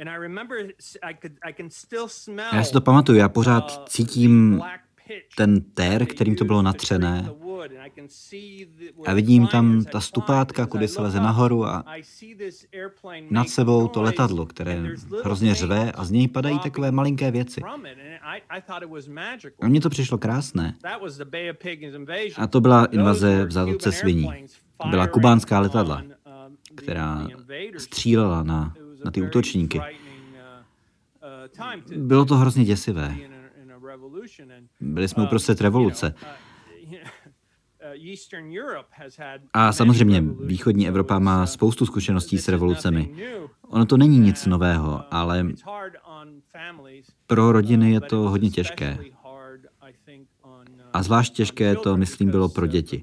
[SPEAKER 2] Já si to pamatuju, já pořád cítím ten tér, kterým to bylo natřené. A vidím tam ta stupátka, kudy se leze nahoru a nad sebou to letadlo, které hrozně řve a z něj padají takové malinké věci. A mně to přišlo krásné. A to byla invaze v zátoce Sviní. To byla kubánská letadla, která střílela na, na ty útočníky. Bylo to hrozně děsivé. Byli jsme uprostřed revoluce. A samozřejmě východní Evropa má spoustu zkušeností s revolucemi. Ono to není nic nového, ale pro rodiny je to hodně těžké. A zvlášť těžké to, myslím, bylo pro děti.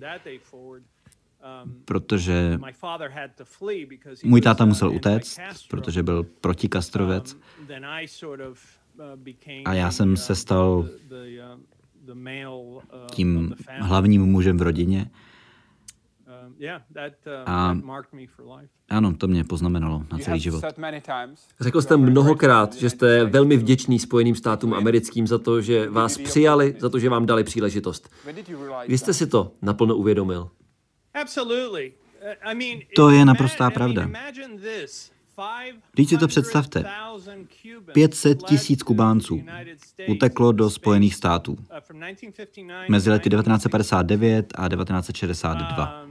[SPEAKER 2] Protože můj táta musel utéct, protože byl protikastrovec. A já jsem se stal tím hlavním mužem v rodině. A ano, to mě poznamenalo na celý život.
[SPEAKER 1] Řekl jste mnohokrát, že jste velmi vděčný Spojeným státům americkým za to, že vás přijali, za to, že vám dali příležitost. Kdy jste si to naplno uvědomil?
[SPEAKER 2] To je naprostá pravda. Když si to představte, pět set tisíc Kubánců uteklo do Spojených států mezi lety devatenáct set padesát devět a devatenáct set šedesát dva.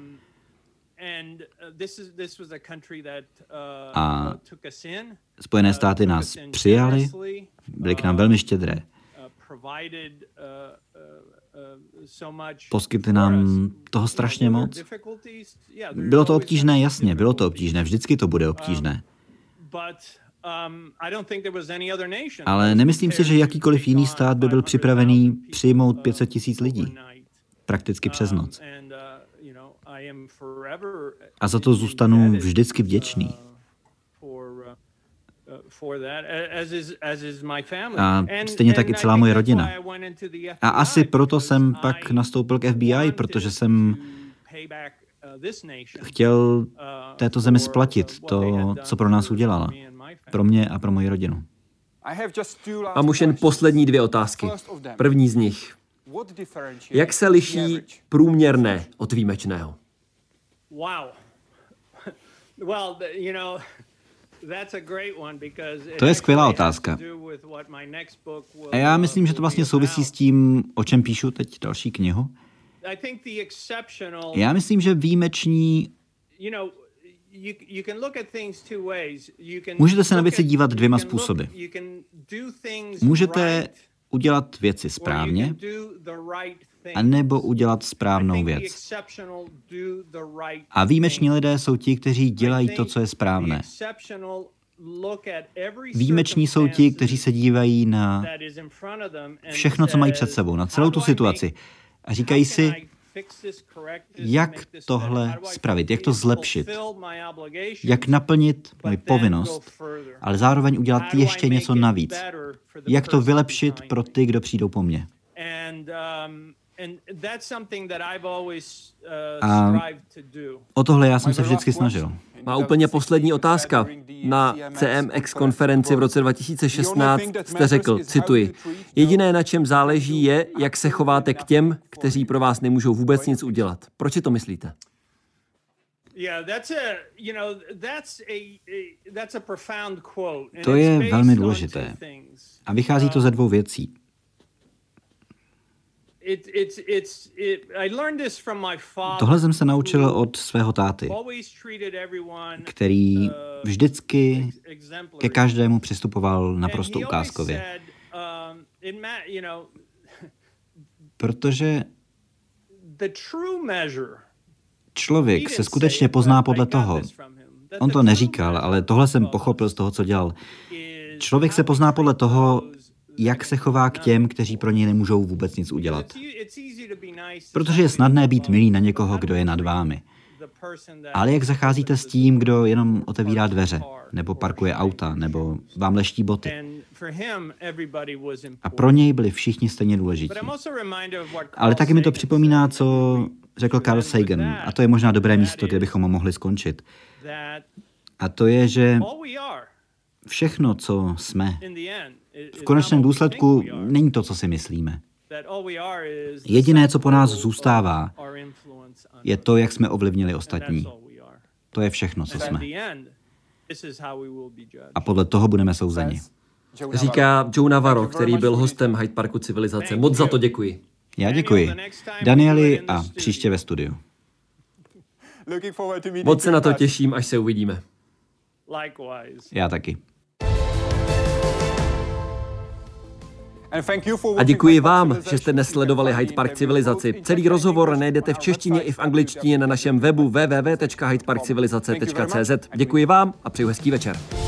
[SPEAKER 2] A Spojené státy nás přijali, byly k nám velmi štědré. Poskytli nám toho strašně moc. Bylo to obtížné, jasně, bylo to obtížné, vždycky to bude obtížné. Ale nemyslím si, že jakýkoliv jiný stát by byl připravený přijmout pět set tisíc lidí. Prakticky přes noc. A za to zůstanu vždycky vděčný. A stejně tak i celá moje rodina. A asi proto jsem pak nastoupil k F B I, protože jsem chtěl této zemi splatit to, co pro nás udělala. Pro mě a pro moji rodinu.
[SPEAKER 1] Mám už jen poslední dvě otázky. První z nich. Jak se liší průměrné od výjimečného?
[SPEAKER 2] To je skvělá otázka. A já myslím, že to vlastně souvisí s tím, o čem píšu teď další knihu. Já myslím, že výjimeční... Můžete se na věci dívat dvěma způsoby. Můžete udělat věci správně, anebo udělat správnou věc. A výjimeční lidé jsou ti, kteří dělají to, co je správné. Výjimeční jsou ti, kteří se dívají na všechno, co mají před sebou, na celou tu situaci a říkají si, jak tohle spravit, jak to zlepšit, jak naplnit moji povinnost, ale zároveň udělat ještě něco navíc. Jak to vylepšit pro ty, kdo přijdou po mně. A o tohle já jsem se vždycky snažil.
[SPEAKER 1] Má úplně poslední otázka. Na C M X konferenci v roce dva tisíce šestnáct jste řekl, cituji, jediné, na čem záleží, je, jak se chováte k těm, kteří pro vás nemůžou vůbec nic udělat. Proč si to myslíte?
[SPEAKER 2] To je velmi důležité. A vychází to ze dvou věcí. Tohle jsem se naučil od svého táty, který vždycky ke každému přistupoval naprosto ukázkově. Protože člověk se skutečně pozná podle toho. On to neříkal, ale tohle jsem pochopil z toho, co dělal. Člověk se pozná podle toho, jak se chová k těm, kteří pro něj nemůžou vůbec nic udělat. Protože je snadné být milý na někoho, kdo je nad vámi. Ale jak zacházíte s tím, kdo jenom otevírá dveře, nebo parkuje auta, nebo vám leští boty. A pro něj byli všichni stejně důležití. Ale taky mi to připomíná, co řekl Carl Sagan, a to je možná dobré místo, kde bychom ho mohli skončit. A to je, že všechno, co jsme, v konečném důsledku není to, co si myslíme. Jediné, co po nás zůstává, je to, jak jsme ovlivnili ostatní. To je všechno, co jsme. A podle toho budeme souzeni.
[SPEAKER 1] Říká Joe Navarro, který byl hostem Hyde Parku civilizace. Moc za to děkuji.
[SPEAKER 2] Já děkuji. Danieli a příště ve studiu.
[SPEAKER 1] Moc se na to těším, až se uvidíme.
[SPEAKER 2] Já taky.
[SPEAKER 1] A děkuji vám, že jste dnes sledovali Hyde Park civilizaci. Celý rozhovor najdete v češtině i v angličtině na našem webu w w w tečka hyde park civilizace tečka c z. Děkuji vám a přeju hezký večer.